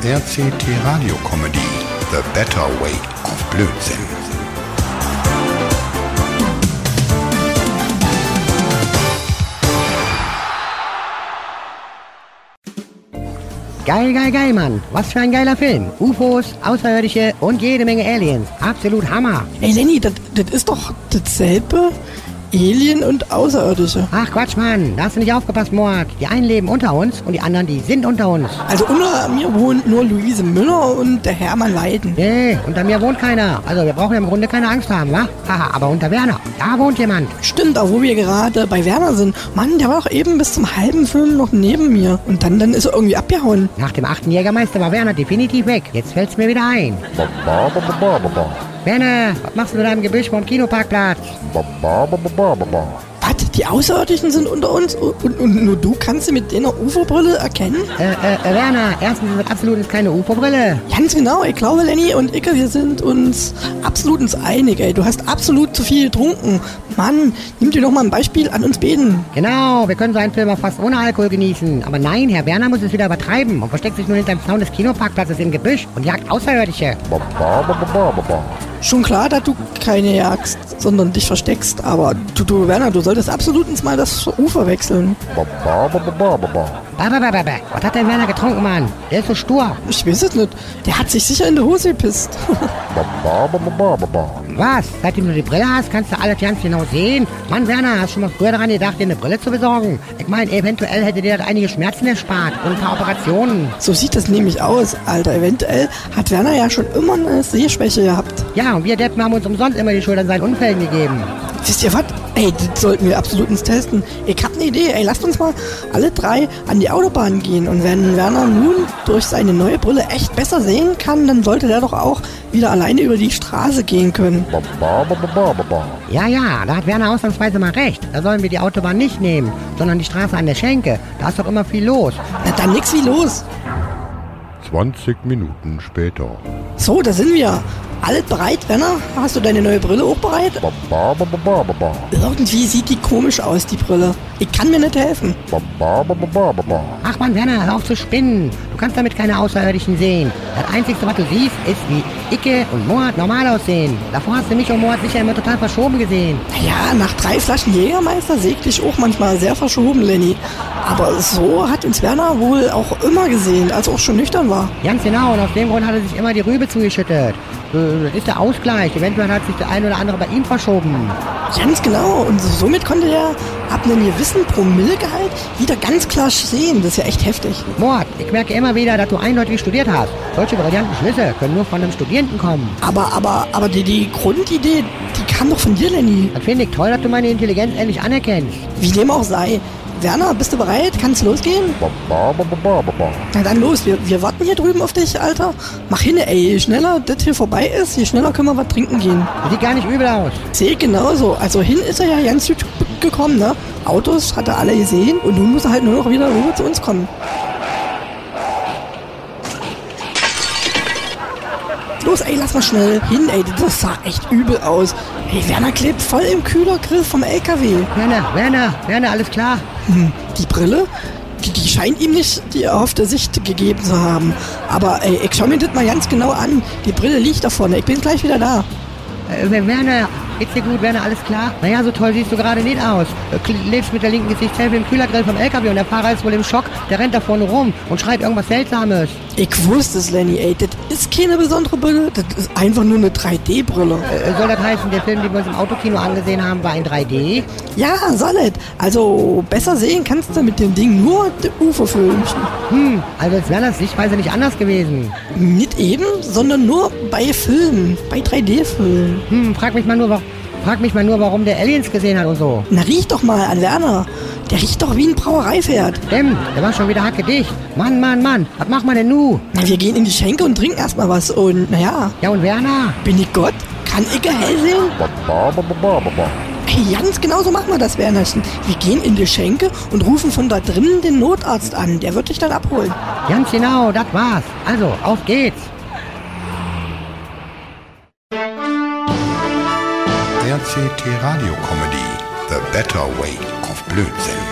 RCT Radio Comedy The Better Way of Blödsinn. Geil, Mann. Was für ein geiler Film. UFOs, Außerirdische und jede Menge Aliens. Absolut Hammer. Ey Lenny, das ist doch dasselbe? Alien und Außerirdische. Ach Quatsch, Mann. Da hast du nicht aufgepasst, Mord. Die einen leben unter uns und die anderen, die sind unter uns. Also unter mir wohnt nur Luise Müller und der Hermann Leiden. Nee, unter mir wohnt keiner. Also wir brauchen im Grunde keine Angst haben, wa? Haha, aber unter Werner, da wohnt jemand. Stimmt, auch wo wir gerade bei Werner sind. Mann, der war doch eben bis zum halben Film noch neben mir. Und dann ist er irgendwie abgehauen. Nach dem 8. Jägermeister war Werner definitiv weg. Jetzt fällt's mir wieder ein. Werner, was machst du mit deinem Gebüsch vom Kinoparkplatz? Was? Die Außerirdischen sind unter uns und nur du kannst sie mit der UFO-Brille erkennen? Werner, erstens ist das absolut keine UFO-Brille. Ganz genau, ich glaube, Lenny und Icke, wir sind uns absolut einig, ey. Du hast absolut zu viel getrunken. Mann, nimm dir doch mal ein Beispiel an uns beiden. Genau, wir können so einen Film auch fast ohne Alkohol genießen. Aber nein, Herr Werner muss es wieder übertreiben und versteckt sich nur hinter dem Zaun des Kinoparkplatzes im Gebüsch und jagt Außerirdische. Schon klar, dass du keine jagst, sondern dich versteckst. Aber du Werner, du solltest absolut mal das Ufer wechseln. Was hat denn Werner getrunken, Mann? Der ist so stur. Ich weiß es nicht. Der hat sich sicher in die Hose gepisst. Was? Seitdem du die Brille hast, kannst du alles ganz genau sehen? Mann, Werner, hast du schon mal früher daran gedacht, dir eine Brille zu besorgen? Ich meine, eventuell hätte dir das einige Schmerzen erspart und ein paar Operationen. So sieht das nämlich aus, Alter. Eventuell hat Werner ja schon immer eine Sehschwäche gehabt. Ja, und wir Deppen haben uns umsonst immer die Schuld an seinen Unfällen gegeben. Wisst ihr was? Ey, das sollten wir absolut testen. Ich hab eine Idee. Ey, lasst uns mal alle drei an die Autobahn gehen. Und wenn Werner nun durch seine neue Brille echt besser sehen kann, dann sollte der doch auch wieder alleine über die Straße gehen können. Ja, da hat Werner ausnahmsweise mal recht. Da sollen wir die Autobahn nicht nehmen, sondern die Straße an der Schenke. Da ist doch immer viel los. Na, dann nix wie los. 20 Minuten später. So, da sind wir. Alle bereit, Werner? Hast du deine neue Brille auch bereit? Irgendwie sieht die komisch aus, die Brille. Ich kann mir nicht helfen. Ach Mann, Werner, hör auf zu spinnen. Du kannst damit keine Außerirdischen sehen. Das Einzige, was du siehst, ist, wie Icke und Mord normal aussehen. Davor hast du mich und Mord sicher immer total verschoben gesehen. Naja, nach 3 Flaschen Jägermeister sehe ich dich auch manchmal sehr verschoben, Lenny. Aber so hat uns Werner wohl auch immer gesehen, als er auch schon nüchtern war. Ganz genau, und aus dem Grund hat er sich immer die Rübe zugeschüttet. Das ist der Ausgleich. Eventuell hat sich der ein oder andere bei ihm verschoben. Ganz genau. Und somit konnte er ab einem gewissen Promillegehalt wieder ganz klar sehen. Das ist ja echt heftig. Mord, ich merke immer wieder, dass du eindeutig studiert hast. Solche brillanten Schlüsse können nur von einem Studierenden kommen. Aber die Grundidee, die kam doch von dir, Lenny. Das finde ich toll, dass du meine Intelligenz endlich anerkennst. Wie dem auch sei. Werner, bist du bereit? Kann's losgehen? Na dann los, wir warten hier drüben auf dich, Alter. Mach hin, ey, je schneller das hier vorbei ist, je schneller können wir was trinken gehen. Das sieht gar nicht übel aus. Sehe genauso. Also hin ist er ja ganz gut gekommen, ne? Autos hat er alle gesehen und nun muss er halt nur noch wieder rüber zu uns kommen. Los, ey, lass mal schnell hin, ey, das sah echt übel aus. Ey, Werner klebt voll im Kühlergrill vom LKW. Werner, alles klar? Die Brille? Die scheint ihm nicht die erhoffte Sicht gegeben zu haben. Aber ey, ich schau mir das mal ganz genau an. Die Brille liegt da vorne, ich bin gleich wieder da. Werner, geht's dir gut, Werner, alles klar? Naja, so toll siehst du gerade nicht aus. Lebst mit der linken Gesichtshälfte im Kühlergrill vom LKW und der Fahrer ist wohl im Schock. Der rennt da vorne rum und schreit irgendwas Seltsames. Ich wusste es, Lenny, ey. Das ist keine besondere Brille. Das ist einfach nur eine 3D-Brille. Soll das heißen, der Film, den wir uns im Autokino angesehen haben, war in 3D? Ja, soll es. Also, besser sehen kannst du mit dem Ding nur die Uferfilmchen. Also ist Werners Sichtweise nicht anders gewesen. Nicht eben, sondern nur bei Filmen. Bei 3D-Filmen. Frag mich mal nur, warum der Aliens gesehen hat und so. Na, riech doch mal an Werner. Der riecht doch wie ein Brauereipferd. Stimmt, der war schon wieder hackedicht. Mann, was machen wir denn nu? Na, wir gehen in die Schenke und trinken erstmal was und, naja. Ja, und Werner? Bin ich Gott? Kann ich hell sehen? Hey, ganz genau so machen wir das, Wernerchen. Wir gehen in die Schenke und rufen von da drinnen den Notarzt an. Der wird dich dann abholen. Ganz genau, das war's. Also, auf geht's. RCT Radio Comedy The Better Way of Blödsinn.